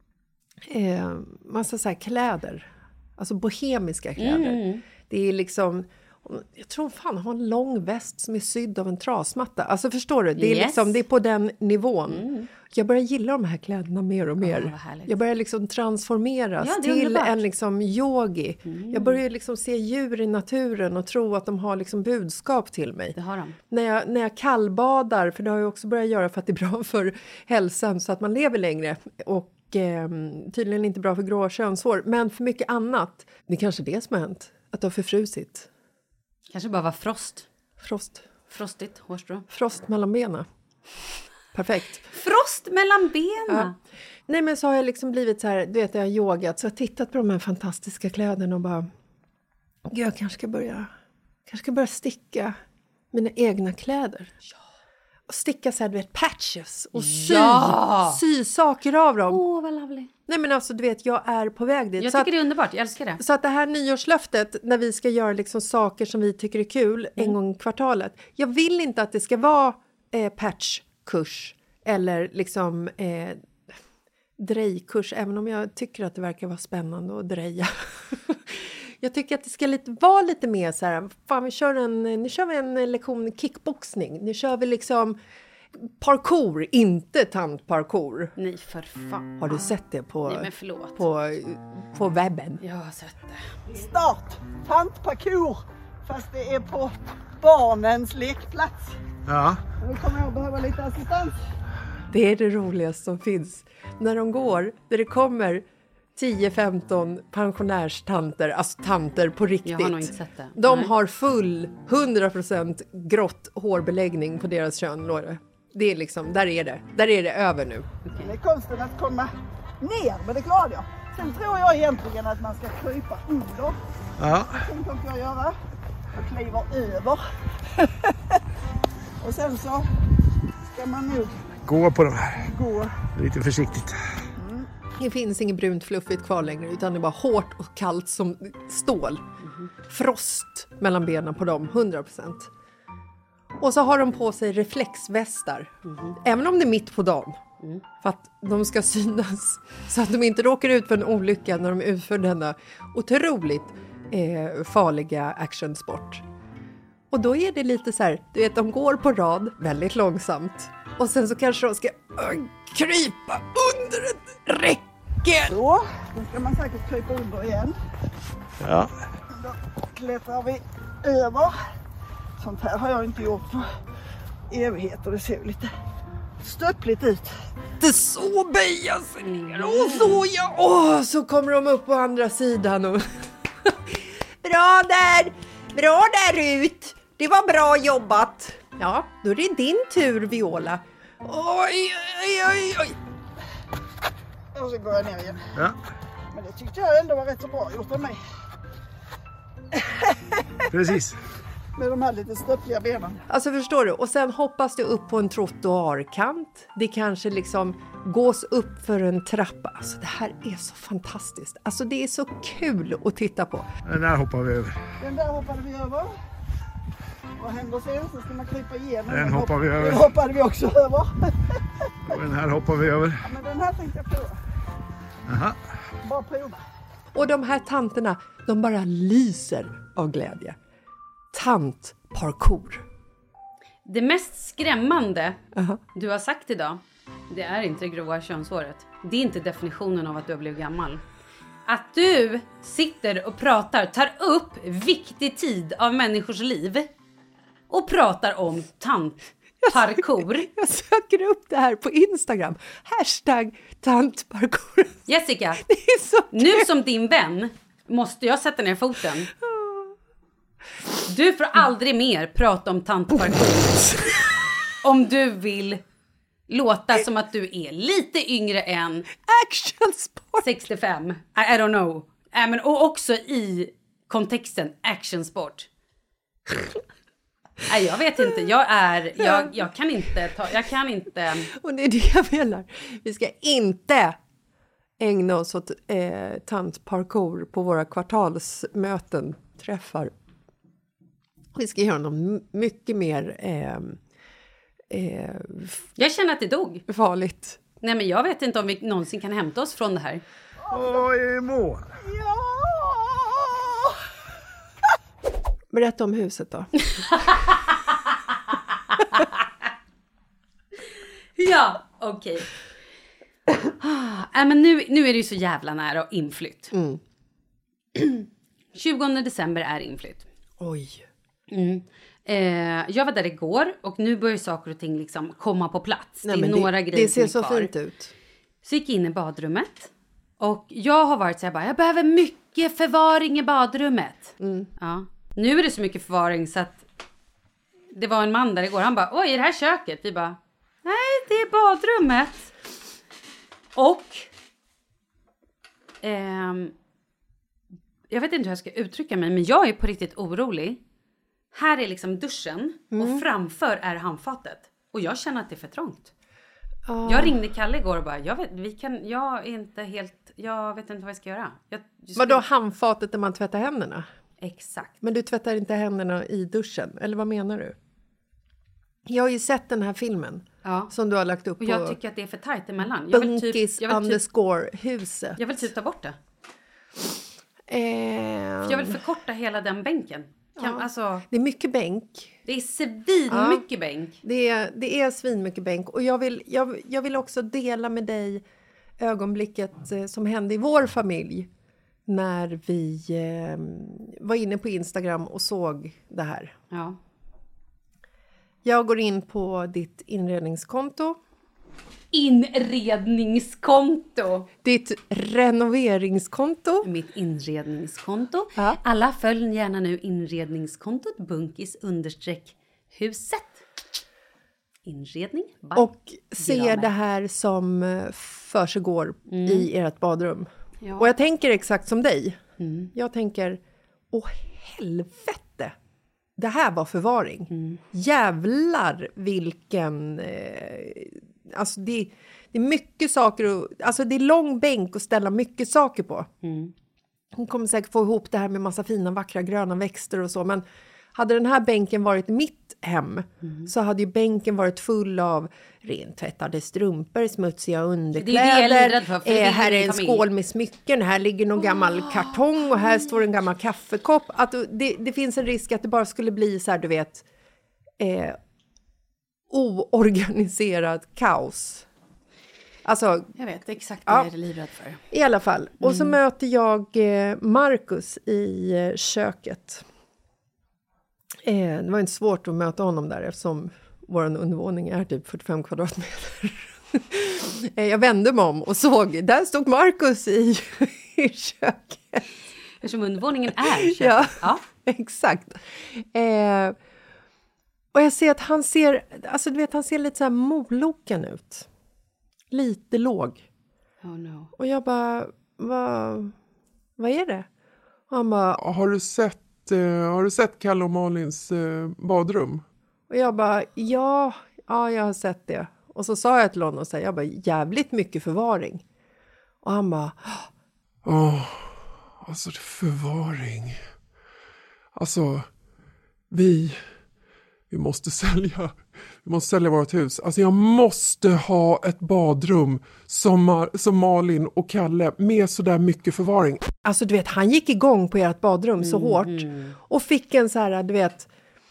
eh, massa så här kläder. Alltså bohemiska kläder. Mm. Det är liksom, jag tror fan har en lång väst som är sydd av en trasmatta. Alltså förstår du? Det är, yes. liksom, det är på den nivån. Mm. Jag börjar gilla de här kläderna mer och mer. Oh, jag börjar liksom transformeras ja, till underbart. En liksom yogi. Mm. Jag börjar liksom se djur i naturen och tro att de har liksom budskap till mig. Det har de. När jag, när jag kallbadar, för det har jag också börjat göra för att det är bra för hälsan så att man lever längre. Och eh, tydligen inte bra för grå könshår. Men för mycket annat. Det är kanske det som har hänt. Att det har förfrusit. Kanske bara var frost. Frost. Frostigt hårstrå. Frost mellan benen. Perfekt. Frost mellan benen. Ja. Nej men så har jag liksom blivit så här, du vet jag har yogat så jag har tittat på de här fantastiska kläderna och bara gud jag kanske ska börja kanske ska börja sticka mina egna kläder. Ja. Och sticka så här du vet patches och sy, ja. sy saker av dem. Åh oh, vad lovely. Nej men alltså du vet jag är på väg dit. Jag så tycker att, det är underbart, jag älskar det. Så att det här nyårslöftet när vi ska göra liksom saker som vi tycker är kul mm. en gång i kvartalet. Jag vill inte att det ska vara eh, patch kurs eller liksom eh, drejkurs, även om jag tycker att det verkar vara spännande att dreja. Jag tycker att det ska lite, vara lite mer så här, fan vi kör en, nu kör vi en lektion kickboxning, nu kör vi liksom parkour, inte tantparkour. Nej för fan. Har du sett det på, Nej, men förlåt. på, på webben? Jag har sett det. Start, tantparkour, fast det är på barnens lekplats. Ja. Nu kommer jag behöva lite assistans. Det är det roligaste som finns. När de går, där det kommer tio femton pensionärstanter, alltså tanter på riktigt. Jag har nog inte sett det. De Nej. har full hundra procent grått hårbeläggning på deras kön, Laura. Det är liksom, där är det. Där är det över nu. Okay. Det är konstigt att komma ner, men det klarade jag. Sen tror jag egentligen att man ska krypa under. Ja. Det tänkte jag göra. Jag kliver över. Och sen så ska man nog gå på de här. Gå. Lite försiktigt. Mm. Det finns inget brunt fluffigt kvar längre utan det är bara hårt och kallt som stål. Mm. Frost mellan benen på dem, hundra procent. Och så har de på sig reflexvästar. Mm. Även om det är mitt på dagen. Mm. För att de ska synas. Så att de inte råkar ut för en olycka när de utför denna otroligt eh, farliga actionsport. Och då är det lite så här, du vet de går på rad väldigt långsamt. Och sen så kanske de ska äh, krypa under ett räcke. Så, då ska man säkert krypa under igen. Ja. Då klättrar vi över. Sånt här har jag inte gjort på evigheter. Det ser lite stöppligt ut. Det så böja sig ner och så ja. Åh, så kommer de upp på andra sidan. Och bra där, bra där ut. Det var bra jobbat. Ja, då är det din tur, Viola. Oj, oj, oj, oj. Och så går jag ner igen. Ja. Men det tyckte jag ändå var rätt så bra gjort av mig. Precis. med de här lite stöppliga benen. Alltså förstår du? Och sen hoppas du upp på en trottoarkant. Det kanske liksom gås upp för en trappa. Alltså det här är så fantastiskt. Alltså det är så kul att titta på. Den där hoppar vi över. Den där hoppade vi över. Vad händer sen? Så ska man krypa igenom. Den hoppar vi över. Den hoppade vi också över. Och den här hoppar vi över. Ja, men den här tänkte jag prova. Aha. Bara prova. Och de här tanterna, de bara lyser av glädje. Tantparkour. Det mest skrämmande uh-huh. du har sagt idag, det är inte det grova könshåret. Det är inte definitionen av att du har blivit gammal. Att du sitter och pratar, tar upp viktig tid av människors liv och pratar om tantparkour. Jag, jag söker upp det här på Instagram. Hashtag tantparkour. Jessica, det är så nu som din vän måste jag sätta ner foten. Du får aldrig mer prata om tantparkour. Om du vill låta som att du är lite yngre än action sport. sextiofem. I, I don't know. Äh, men, och också i kontexten action sport. Nej, jag vet inte. Jag är jag, jag kan inte ta jag kan inte. Och det är det jag menar. Vi ska inte ägna oss åt eh, tantparkour på våra kvartalsmöten, träffar. Vi ska göra något mycket mer eh, eh, jag känner att det dog. Farligt. Nej, men jag vet inte om vi någonsin kan hämta oss från det här. Åh, i mål. Ja! Berätta om huset då. Ja, okej. Okay. Ah, men nu, nu är det ju så jävla nära inflytt. Mm. tjugonde december är inflytt. Oj. Mm. Eh, jag var där igår och nu börjar saker och ting liksom komma på plats. Nej, det är några det, grejer det ser som är så kvar. fint ut. Så gick jag in i badrummet. Och jag har varit så här bara, jag behöver mycket förvaring i badrummet. Mm. Ja. Nu är det så mycket förvaring så att det var en man där igår. Han bara, oj, är det här köket? Vi bara, nej, det är badrummet. Och ehm, jag vet inte hur jag ska uttrycka mig, men jag är på riktigt orolig. Här är liksom duschen Mm. och framför är handfatet. Och jag känner att det är för trångt. Ah. Jag ringde Kalle igår och bara, jag vet, vi kan, jag är inte helt, jag vet inte vad jag ska göra. Jag, jag ska... Vadå handfatet där man tvättar händerna? Exakt. Men du tvättar inte händerna i duschen, eller vad menar du? Jag har ju sett den här filmen ja. som du har lagt upp och jag på tycker att det är för tajt emellan. Jag vill Bunkis typ, jag vill underscore typ, huset. Jag vill typ ta bort det. Eh, För jag vill förkorta hela den bänken. Kan, ja. alltså, det är mycket bänk. Det är svin ja. mycket bänk. Det är, det är svin mycket bänk. Och jag vill, jag, jag vill också dela med dig ögonblicket eh, som hände i vår familj. När vi eh, var inne på Instagram och såg det här. Ja. Jag går in på ditt inredningskonto. Inredningskonto. Ditt renoveringskonto. Mitt inredningskonto. Ja. Alla följ gärna nu inredningskontot. Bunkis understreck huset. Inredning. By Och ser det här som försiggår mm. i ert badrum. Ja. Och jag tänker exakt som dig. Mm. Jag tänker, åh helvete. Det här var förvaring. Mm. Jävlar vilken... Eh, alltså det, det är mycket saker. Och, alltså det är lång bänk att ställa mycket saker på. Mm. Hon kommer säkert få ihop det här med massa fina vackra gröna växter och så. Men hade den här bänken varit mitt hem mm. så hade ju bänken varit full av rentvättade strumpor, smutsiga underkläder. Det är det för, för eh, här är en skål med smycken, här ligger någon oh. gammal kartong och här står en gammal kaffekopp. Att det, det finns en risk att det bara skulle bli så här, du vet, eh, oorganiserat kaos. Alltså, jag vet exakt vad ja, jag är livrädd för. I alla fall. Mm. Och så möter jag eh, Marcus i eh, köket. Eh, det var inte svårt att möta honom där eftersom vår undervåning är typ fyrtiofem kvadratmeter. eh, jag vände mig om och såg, där stod Marcus i, i köket. Eftersom undervåningen är köket. Ja, ja. exakt. Eh, och jag ser att han ser, alltså du vet, han ser lite så här moloken ut. Lite låg. Oh no. Och jag bara, vad, vad är det? Och han bara, har du sett att, eh, har du sett Kalle och Malins eh, badrum? Och jag bara, ja, ja, jag har sett det. Och så sa jag till honom och sa, jag bara, jävligt mycket förvaring. Och han bara, åh, oh, alltså det förvaring. Alltså, vi, vi måste sälja, vi måste sälja vårt hus. Alltså jag måste ha ett badrum som, som Malin och Kalle med så där mycket förvaring. Alltså du vet, han gick igång på ert badrum så hårt. Mm. Och fick en så här, du vet...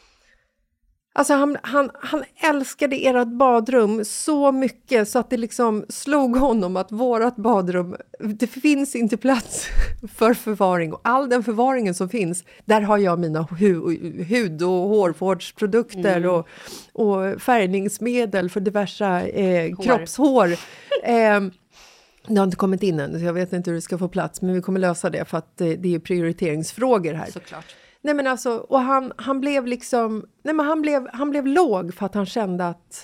Alltså han, han, han älskade ert badrum så mycket så att det liksom slog honom att vårat badrum, det finns inte plats för förvaring. Och all den förvaringen som finns, där har jag mina hu- hud- och hårvårdsprodukter mm. och, och färgningsmedel för diverse eh, hår. kroppshår. eh, det har inte kommit in än så jag vet inte hur det ska få plats, men vi kommer lösa det för att eh, det är prioriteringsfrågor här. Såklart. Nej men alltså, och han, han blev liksom, nej men han blev, han blev låg för att han kände att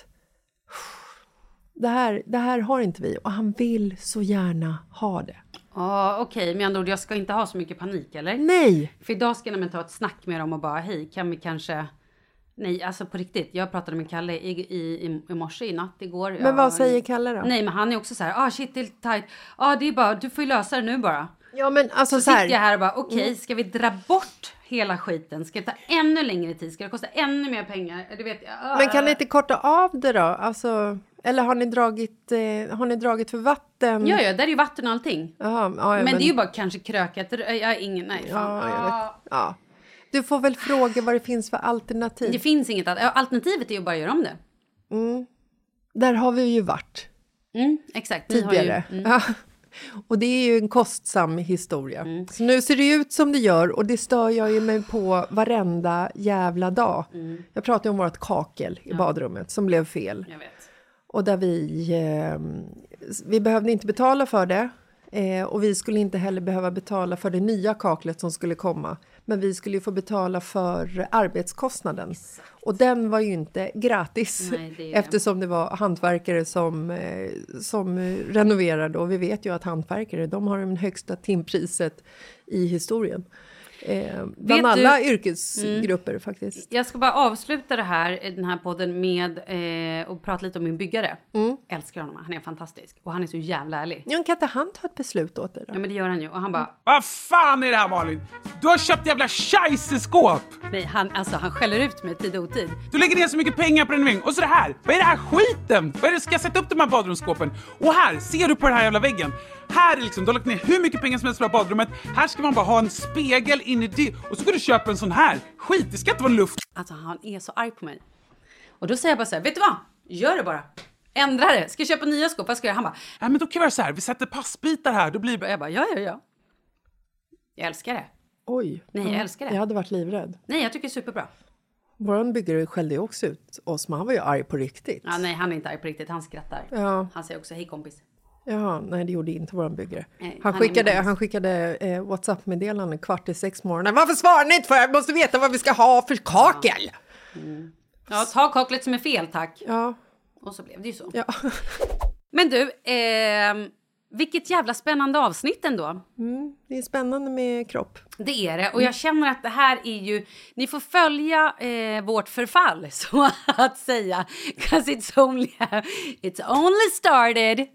det här, det här har inte vi. Och han vill så gärna ha det. Ja, okej. Okay. Med andra ord, jag ska inte ha så mycket panik, eller? Nej! För idag ska jag nämligen ta ett snack med dem och bara, hej, kan vi kanske... Nej, alltså på riktigt. Jag pratade med Kalle i, i, i morse, i natt, igår. Men jag, vad säger Kalle då? Nej, men han är också så här, ah shit, det är tight. Ah, det är bara, du får ju lösa det nu bara. Ja, men alltså så, så här... sitter jag här och bara, okej, okay, ska vi dra bort hela skiten? Ska det ta ännu längre tid? Ska det kosta ännu mer pengar? Du vet, uh. Men kan ni inte korta av det då? Alltså, eller har ni dragit, eh, har ni dragit för vatten? Ja, ja, där är ju vatten och allting. Aha, ja, men, men det är ju bara kanske krökat. Jag har ingen, nej. Fan. Ja, jag vet. Ja. Du får väl fråga vad det finns för alternativ. Det finns inget. Alternativet är ju bara att göra om det. Mm. Där har vi ju varit. Mm, exakt. Tidigare. Ju, mm. Ja. Och det är ju en kostsam historia. Mm. Så nu ser det ut som det gör. Och det stör jag ju mig på varenda jävla dag. Mm. Jag pratar ju om vårt kakel i ja. badrummet som blev fel. Jag vet. Och där vi... Eh, vi behövde inte betala för det. Eh, och vi skulle inte heller behöva betala för det nya kaklet som skulle komma. Men vi skulle ju få betala för arbetskostnaden. Yes. Och den var ju inte gratis. Nej, det eftersom det var hantverkare som, eh, som renoverade. Och vi vet ju att hantverkare, de har det högsta timpriset i historien. Eh, bland vet alla du, yrkesgrupper mm, faktiskt. Jag ska bara avsluta det här, den här podden med eh, och prata lite om min byggare. Mm. Älskar honom, han är fantastisk. Och han är så jävla ärlig. Ja, kan inte han ta ett beslut åt dig då? Ja, men det gör han ju. Och han bara... Vad fan är det här, Malin? Du har köpt jävla scheisseskåp! Nej, han, alltså, han skäller ut mig tid och otid. Du lägger ner så mycket pengar på renovering. Och så det här. Vad är det här skiten? Vad är det? Ska jag sätta upp de här badrumsskåpen? Och här, ser du på den här jävla väggen? Här är liksom, du har lagt ner hur mycket pengar som helst för badrummet. Här ska man bara ha en spegel in i det. Och så går du köpa en sån här. Skit, det ska inte vara luft. Alltså han är så arg på mig. Och då säger jag bara så här, vet du vad? Gör det bara. Ändra det. Ska jag köpa nya skåp? Vad ska jag göra? Han bara, ja men då kan vi göra så här. Vi sätter passbitar här. Då blir det bra. Jag bara, ja ja ja. Jag älskar det. Oj. Nej, jag älskar det. Jag hade varit livrädd. Nej, jag tycker det är superbra. Våran byggare skällde ju också ut oss. Men han var ju arg på riktigt. Ja, nej, han är inte arg på riktigt. Han skrattar. Ja. Han säger också, hej kompis. Ja, nej det gjorde inte våran byggare. Nej, han, han skickade, han skickade eh, WhatsApp-meddelanden kvart i sex morgonen. Varför svarar ni inte för? Jag måste veta vad vi ska ha för kakel. Ja, mm. ja ta kaklet som är fel, tack. Ja. Och så blev det ju så. Ja. Men du, eh, vilket jävla spännande avsnitt ändå. Mm, det är spännande med kropp. Det är det. Och jag känner att det här är ju... Ni får följa eh, vårt förfall, så att säga. Because it's only, it's only started...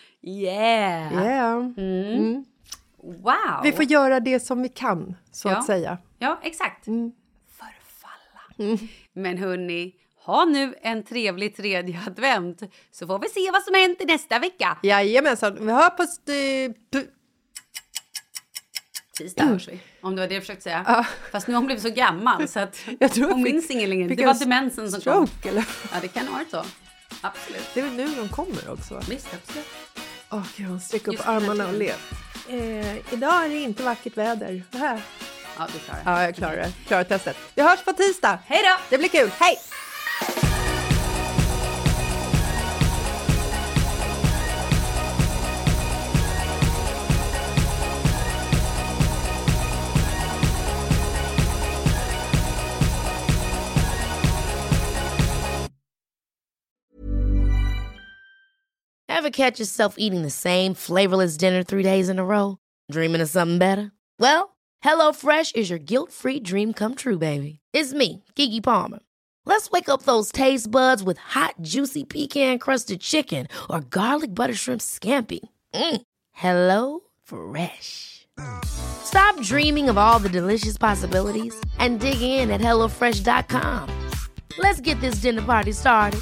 Yeah. Yeah. Mm. Mm. Wow. Vi får göra det som vi kan, så ja. att säga. Ja, exakt. Mm. Förfalla. Mm. Men hörni, ha nu en trevlig tredje advent. Så får vi se vad som händer nästa vecka. Jajamensan. Vi hör på... St- p- Tisdag hörs vi. Om det var det jag försökte säga. Ah. Fast nu har hon blivit så gammal så att jag tror hon minns ingen längre. Det var demensen som stroke, kom. Eller? Ja, det kan ha varit så. Absolut. Det är väl nu de kommer också. Visst, absolut. Åh, oh, gud, hon sträcker upp armarna och ler. Eh, idag är det inte vackert väder. Det här. Ja, du klarar det. Ja, jag klarar det. Klarar testet. Vi hörs på tisdag. Hej då! Det blir kul. Hej! Ever catch yourself eating the same flavorless dinner three days in a row? Dreaming of something better? Well, HelloFresh is your guilt-free dream come true, baby. It's me, Keke Palmer. Let's wake up those taste buds with hot, juicy pecan-crusted chicken or garlic butter shrimp scampi. Mm. Hello Fresh. Stop dreaming of all the delicious possibilities and dig in at hello fresh dot com. Let's get this dinner party started.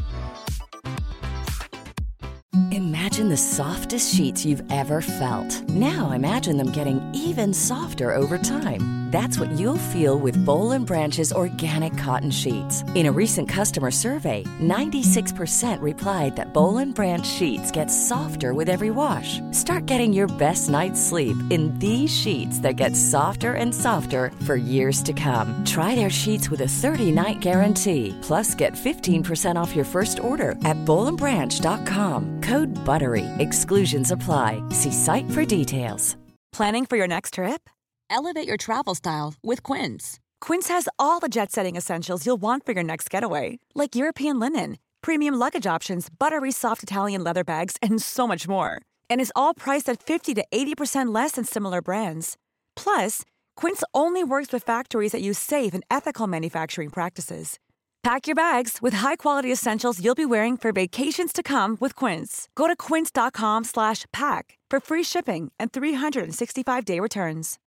Imagine the softest sheets you've ever felt. Now imagine them getting even softer over time. That's what you'll feel with Boll and Branch's organic cotton sheets. In a recent customer survey, ninety-six percent replied that Boll and Branch sheets get softer with every wash. Start getting your best night's sleep in these sheets that get softer and softer for years to come. Try their sheets with a thirty-night guarantee. Plus, get fifteen percent off your first order at boll and branch dot com. Code BUTTERY. Exclusions apply. See site for details. Planning for your next trip? Elevate your travel style with Quince. Quince has all the jet-setting essentials you'll want for your next getaway, like European linen, premium luggage options, buttery soft Italian leather bags, and so much more. And is all priced at fifty to eighty percent less than similar brands. Plus, Quince only works with factories that use safe and ethical manufacturing practices. Pack your bags with high-quality essentials you'll be wearing for vacations to come with Quince. Go to quince dot com slash pack for free shipping and three sixty-five day returns.